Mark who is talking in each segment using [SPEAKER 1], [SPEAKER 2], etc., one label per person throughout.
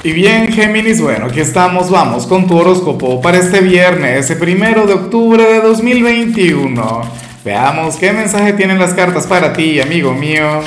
[SPEAKER 1] Y bien, Géminis, bueno, aquí estamos, vamos con tu horóscopo para este viernes, el 1 de octubre de 2021. Veamos qué mensaje tienen las cartas para ti, amigo mío.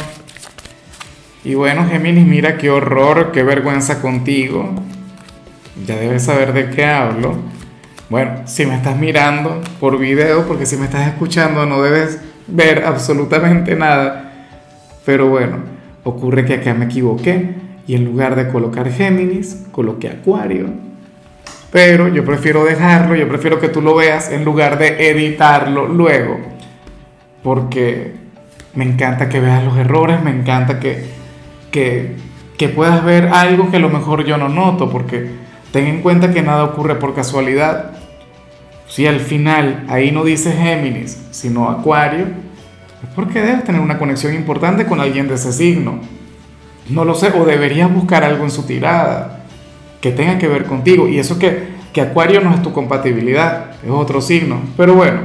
[SPEAKER 1] Y bueno, Géminis, mira qué horror, qué vergüenza contigo. Ya debes saber de qué hablo. Bueno, si me estás mirando por video, porque si me estás escuchando no debes ver absolutamente nada. Pero bueno, ocurre que acá me equivoqué y en lugar de colocar Géminis, coloqué Acuario. Pero yo prefiero dejarlo, yo prefiero que tú lo veas en lugar de editarlo luego. Porque me encanta que veas los errores, me encanta que puedas ver algo que a lo mejor yo no noto, porque ten en cuenta que nada ocurre por casualidad. Si al final ahí no dice Géminis, sino Acuario, es porque debes tener una conexión importante con alguien de ese signo. No lo sé, o deberías buscar algo en su tirada que tenga que ver contigo. Y eso que Acuario no es tu compatibilidad, es otro signo. Pero bueno,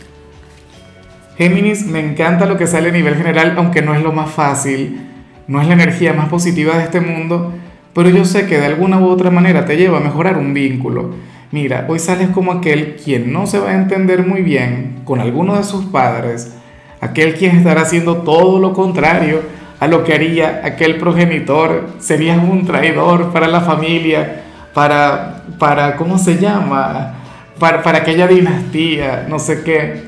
[SPEAKER 1] Géminis, me encanta lo que sale a nivel general, aunque no es lo más fácil, no es la energía más positiva de este mundo, pero yo sé que de alguna u otra manera te lleva a mejorar un vínculo. Mira, hoy sales como aquel quien no se va a entender muy bien con alguno de sus padres, aquel quien estará haciendo todo lo contrario a lo que haría aquel progenitor. Serías un traidor para la familia, ¿cómo se llama? Para aquella dinastía, no sé qué.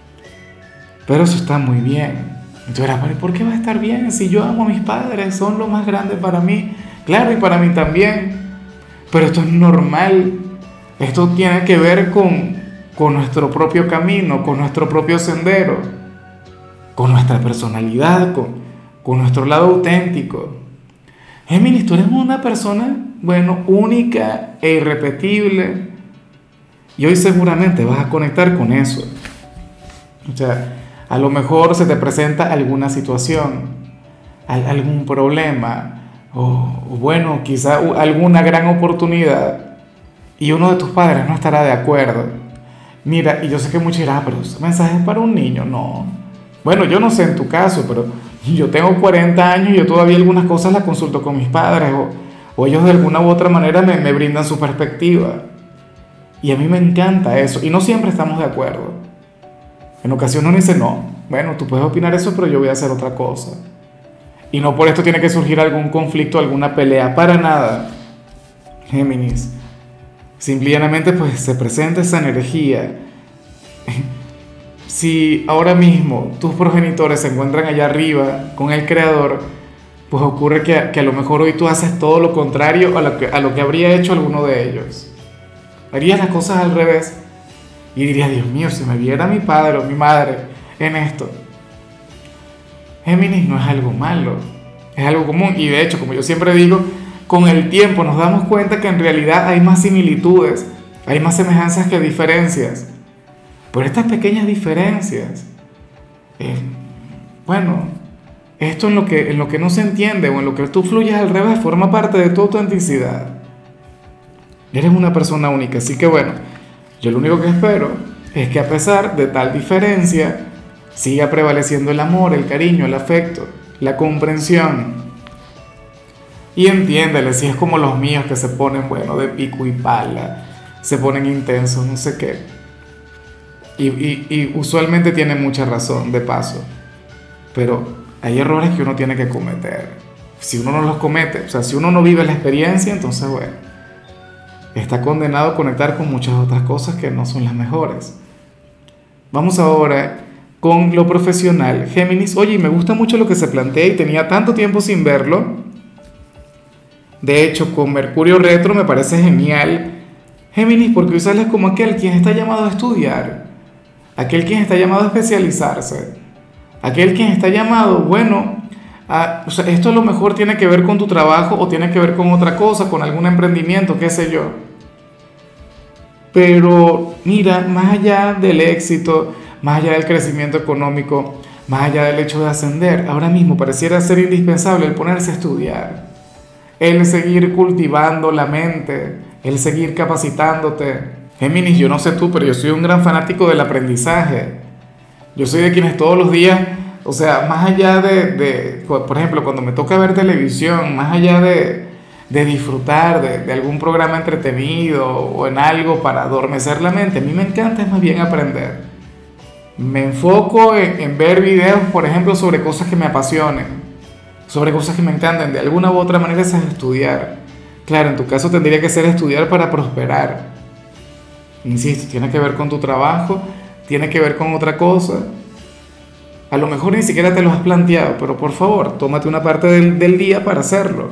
[SPEAKER 1] Pero eso está muy bien. Y tú dirás, "Pero ¿por qué va a estar bien si yo amo a mis padres? Son lo más grande para mí". Claro, y para mí también. Pero esto es normal. Esto tiene que ver con nuestro propio camino, con nuestro propio sendero, con nuestra personalidad, con nuestro lado auténtico. Géminis, tú eres una persona, bueno, única e irrepetible. Y hoy seguramente vas a conectar con eso. O sea, a lo mejor se te presenta alguna situación, algún problema, o bueno, quizá alguna gran oportunidad, y uno de tus padres no estará de acuerdo. Mira, y yo sé que muchos dirán, pero ese mensaje es para un niño. No. Bueno, yo no sé en tu caso, pero yo tengo 40 años y yo todavía algunas cosas las consulto con mis padres, o ellos de alguna u otra manera me brindan su perspectiva. Y a mí me encanta eso, y no siempre estamos de acuerdo. En ocasiones uno dice, no, bueno, tú puedes opinar eso, pero yo voy a hacer otra cosa. Y no por esto tiene que surgir algún conflicto, alguna pelea, para nada. Géminis, simplemente pues se presenta esa energía. Si ahora mismo tus progenitores se encuentran allá arriba con el Creador, pues ocurre que a lo mejor hoy tú haces todo lo contrario a lo que habría hecho alguno de ellos. Harías las cosas al revés. Y diría, Dios mío, si me viera mi padre o mi madre en esto. Géminis no es algo malo, es algo común. Y de hecho, como yo siempre digo, con el tiempo nos damos cuenta que en realidad hay más similitudes, hay más semejanzas que diferencias. Pero estas pequeñas diferencias, bueno, esto en lo que no se entiende o en lo que tú fluyes al revés, forma parte de tu autenticidad. Eres una persona única, así que bueno, yo lo único que espero es que a pesar de tal diferencia, siga prevaleciendo el amor, el cariño, el afecto, la comprensión. Y entiéndele, si es como los míos que se ponen, bueno, de pico y pala, se ponen intensos, no sé qué. Y usualmente tienen mucha razón, de paso. Pero hay errores que uno tiene que cometer. Si uno no los comete, o sea, si uno no vive la experiencia, entonces, bueno, está condenado a conectar con muchas otras cosas que no son las mejores. Vamos ahora con lo profesional. Géminis, oye, me gusta mucho lo que se plantea y tenía tanto tiempo sin verlo. De hecho, con Mercurio retro me parece genial. Géminis, porque hoy sales como aquel quien está llamado a estudiar, aquel quien está llamado a especializarse, aquel quien está llamado, bueno, o sea, esto a lo mejor tiene que ver con tu trabajo o tiene que ver con otra cosa, con algún emprendimiento, qué sé yo. Pero mira, más allá del éxito, más allá del crecimiento económico, más allá del hecho de ascender, ahora mismo pareciera ser indispensable el ponerse a estudiar, el seguir cultivando la mente, el seguir capacitándote. Géminis, yo no sé tú, pero yo soy un gran fanático del aprendizaje. Yo soy de quienes todos los días, o sea, más allá por ejemplo, cuando me toca ver televisión, más allá de disfrutar de algún programa entretenido o en algo para adormecer la mente. A mí me encanta es más bien aprender. Me enfoco en ver videos, por ejemplo, sobre cosas que me apasionen, sobre cosas que me encantan. De alguna u otra manera eso es estudiar. Claro, en tu caso tendría que ser estudiar para prosperar. Insisto, tiene que ver con tu trabajo, tiene que ver con otra cosa. A lo mejor ni siquiera te lo has planteado, pero por favor, tómate una parte del día para hacerlo.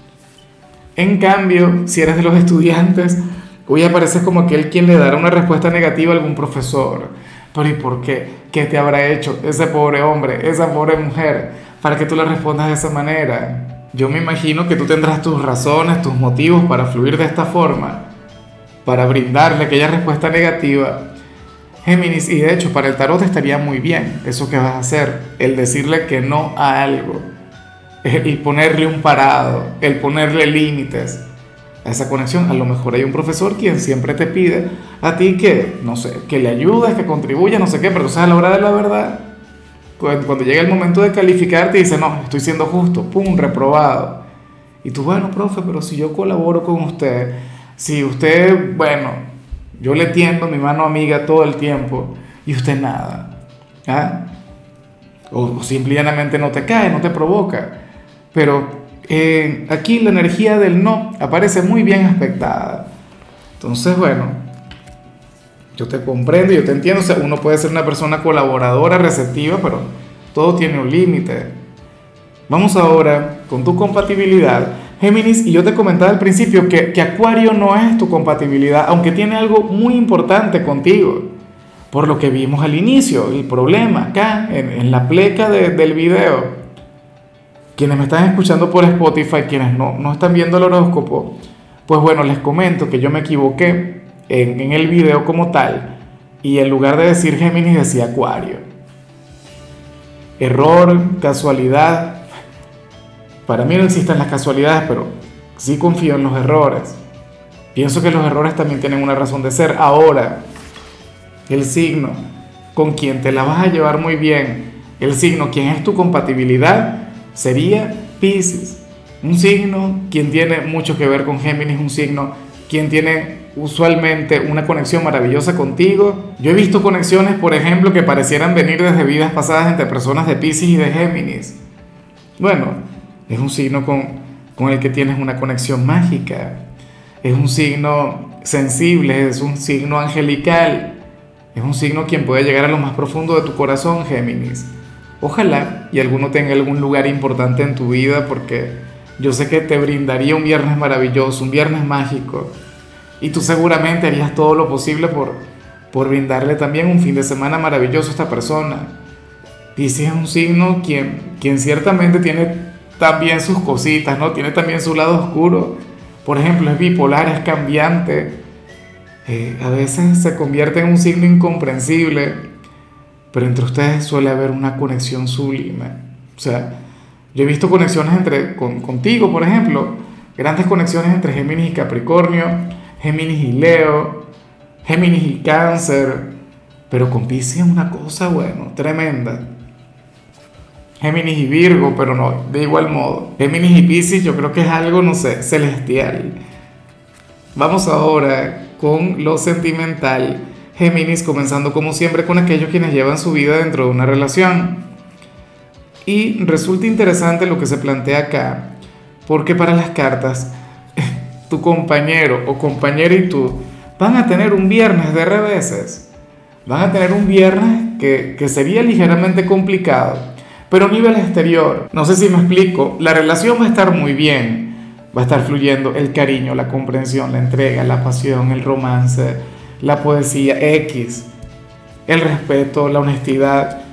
[SPEAKER 1] En cambio, si eres de los estudiantes, hoy apareces como aquel quien le dará una respuesta negativa a algún profesor. Pero ¿y por qué? ¿Qué te habrá hecho ese pobre hombre, esa pobre mujer, para que tú le respondas de esa manera? Yo me imagino que tú tendrás tus razones, tus motivos para fluir de esta forma, para brindarle aquella respuesta negativa. Géminis, y de hecho para el tarot estaría muy bien eso que vas a hacer, el decirle que no a algo, el ponerle un parado, el ponerle límites a esa conexión. A lo mejor hay un profesor quien siempre te pide a ti que, no sé, que le ayudes, que contribuya, no sé qué, pero a la hora de la verdad, cuando llega el momento de calificar, te dice, no, estoy siendo justo, pum, reprobado. Y tú, bueno, profe, pero si yo colaboro con usted, si usted, bueno, yo le tiendo mi mano amiga todo el tiempo y usted nada, ¿ah? O simplemente no te cae, no te provoca. Pero aquí la energía del no aparece muy bien aspectada. Entonces, bueno, yo te comprendo, yo te entiendo. O sea, uno puede ser una persona colaboradora, receptiva, pero todo tiene un límite. Vamos ahora con tu compatibilidad, Géminis, y yo te comentaba al principio que Acuario no es tu compatibilidad, aunque tiene algo muy importante contigo, por lo que vimos al inicio, el problema acá, en la pleca del video. Quienes me están escuchando por Spotify, quienes no están viendo el horóscopo, pues bueno, les comento que yo me equivoqué en el video como tal, y en lugar de decir Géminis decía Acuario. Error, casualidad. Para mí no existen las casualidades, pero sí confío en los errores. Pienso que los errores también tienen una razón de ser. Ahora, el signo con quien te la vas a llevar muy bien, el signo quien es tu compatibilidad, sería Piscis. Un signo quien tiene mucho que ver con Géminis, un signo quien tiene usualmente una conexión maravillosa contigo. Yo he visto conexiones, por ejemplo, que parecieran venir desde vidas pasadas entre personas de Piscis y de Géminis. Bueno, es un signo con el que tienes una conexión mágica. Es un signo sensible, es un signo angelical. Es un signo quien puede llegar a lo más profundo de tu corazón, Géminis. Ojalá y alguno tenga algún lugar importante en tu vida, porque yo sé que te brindaría un viernes maravilloso, un viernes mágico. Y tú seguramente harías todo lo posible por brindarle también un fin de semana maravilloso a esta persona. Piscis es un signo quien ciertamente tiene también sus cositas, ¿no? Tiene también su lado oscuro. Por ejemplo, es bipolar, es cambiante. A veces se convierte en un signo incomprensible, pero entre ustedes suele haber una conexión sublime. O sea, yo he visto conexiones contigo, por ejemplo, grandes conexiones entre Géminis y Capricornio, Géminis y Leo, Géminis y Cáncer, pero con Piscis es una cosa, bueno, tremenda. Géminis y Virgo, pero no, de igual modo. Géminis y Piscis yo creo que es algo, no sé, celestial. Vamos ahora con lo sentimental. Géminis, comenzando como siempre con aquellos quienes llevan su vida dentro de una relación. Y resulta interesante lo que se plantea acá, porque para las cartas, tu compañero o compañera y tú van a tener un viernes de reveses. Van a tener un viernes que sería ligeramente complicado, pero a nivel exterior, no sé si me explico, la relación va a estar muy bien, va a estar fluyendo el cariño, la comprensión, la entrega, la pasión, el romance, la poesía, X, el respeto, la honestidad,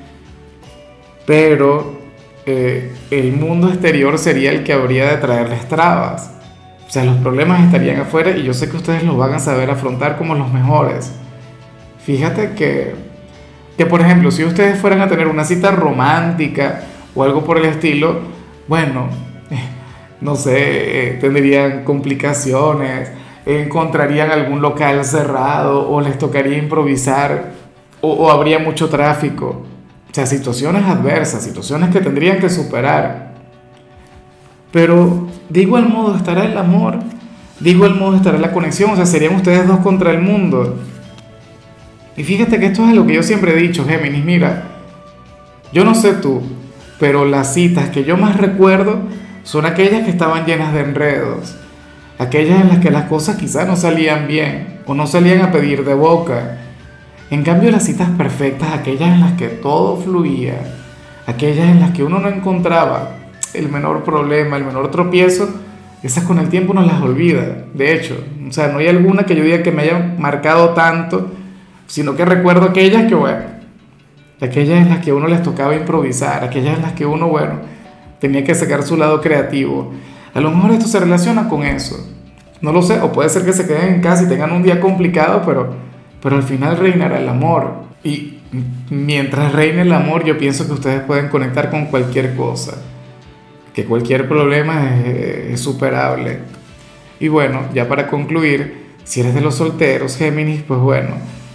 [SPEAKER 1] pero el mundo exterior sería el que habría de traerles trabas. O sea, los problemas estarían afuera y yo sé que ustedes los van a saber afrontar como los mejores. Fíjate que por ejemplo, si ustedes fueran a tener una cita romántica o algo por el estilo, bueno, no sé, tendrían complicaciones, encontrarían algún local cerrado o les tocaría improvisar o habría mucho tráfico. O sea, situaciones adversas, situaciones que tendrían que superar. Pero de igual modo estará el amor, de igual modo estará la conexión, o sea, serían ustedes dos contra el mundo. Y fíjate que esto es lo que yo siempre he dicho, Géminis, mira, yo no sé tú, pero las citas que yo más recuerdo son aquellas que estaban llenas de enredos, aquellas en las que las cosas quizás no salían bien o no salían a pedir de boca. En cambio, las citas perfectas, aquellas en las que todo fluía, aquellas en las que uno no encontraba el menor problema, el menor tropiezo, esas con el tiempo uno las olvida. De hecho, o sea, no hay alguna que yo diga que me haya marcado tanto, sino que recuerdo aquellas que, bueno, aquellas en las que a uno les tocaba improvisar, aquellas en las que uno, bueno, tenía que sacar su lado creativo. A lo mejor esto se relaciona con eso. No lo sé, o puede ser que se queden en casa y tengan un día complicado, pero al final reinará el amor. Y mientras reine el amor, yo pienso que ustedes pueden conectar con cualquier cosa, que cualquier problema es superable. Y bueno, ya para concluir, si eres de los solteros, Géminis, pues bueno,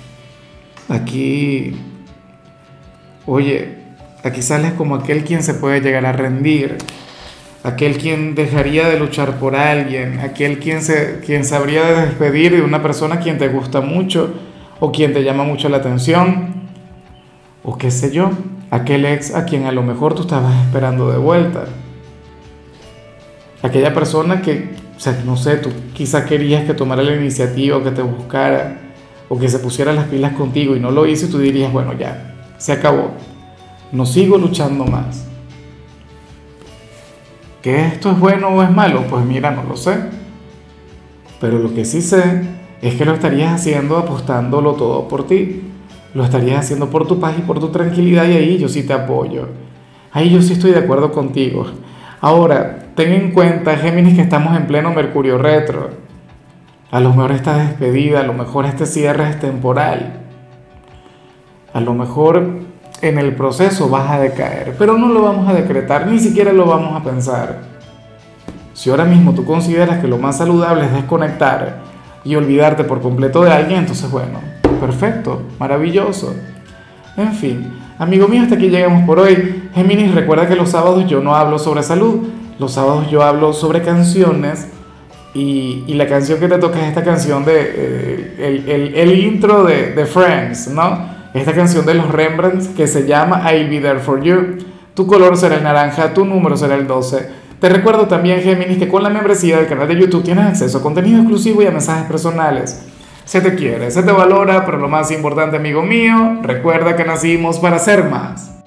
[SPEAKER 1] aquí, oye, aquí sales como aquel quien se puede llegar a rendir, aquel quien dejaría de luchar por alguien, aquel quien sabría de despedir de una persona quien te gusta mucho o quien te llama mucho la atención, o qué sé yo, aquel ex a quien a lo mejor tú estabas esperando de vuelta, aquella persona que, o sea, no sé, tú quizá querías que tomara la iniciativa o que te buscara o que se pusiera las pilas contigo y no lo hizo y tú dirías, bueno, ya, se acabó, no sigo luchando más. ¿Que esto es bueno o es malo? Pues mira, no lo sé. Pero lo que sí sé es que lo estarías haciendo apostándolo todo por ti. Lo estarías haciendo por tu paz y por tu tranquilidad y ahí yo sí te apoyo. Ahí yo sí estoy de acuerdo contigo. Ahora, ten en cuenta, Géminis, que estamos en pleno Mercurio retro. A lo mejor esta despedida, a lo mejor este cierre es temporal. A lo mejor en el proceso vas a decaer, pero no lo vamos a decretar, ni siquiera lo vamos a pensar. Si ahora mismo tú consideras que lo más saludable es desconectar y olvidarte por completo de alguien, entonces bueno, perfecto, maravilloso. En fin, amigo mío, hasta aquí llegamos por hoy. Géminis, recuerda que los sábados yo no hablo sobre salud, los sábados yo hablo sobre canciones y la canción que te toca es esta canción de el intro de Friends, ¿no? Esta canción de los Rembrandts que se llama I'll Be There For You. Tu color será el naranja, tu número será el 12. Te recuerdo también, Géminis, que con la membresía del canal de YouTube tienes acceso a contenido exclusivo y a mensajes personales. Se te quiere, se te valora, pero lo más importante, amigo mío, recuerda que nacimos para ser más.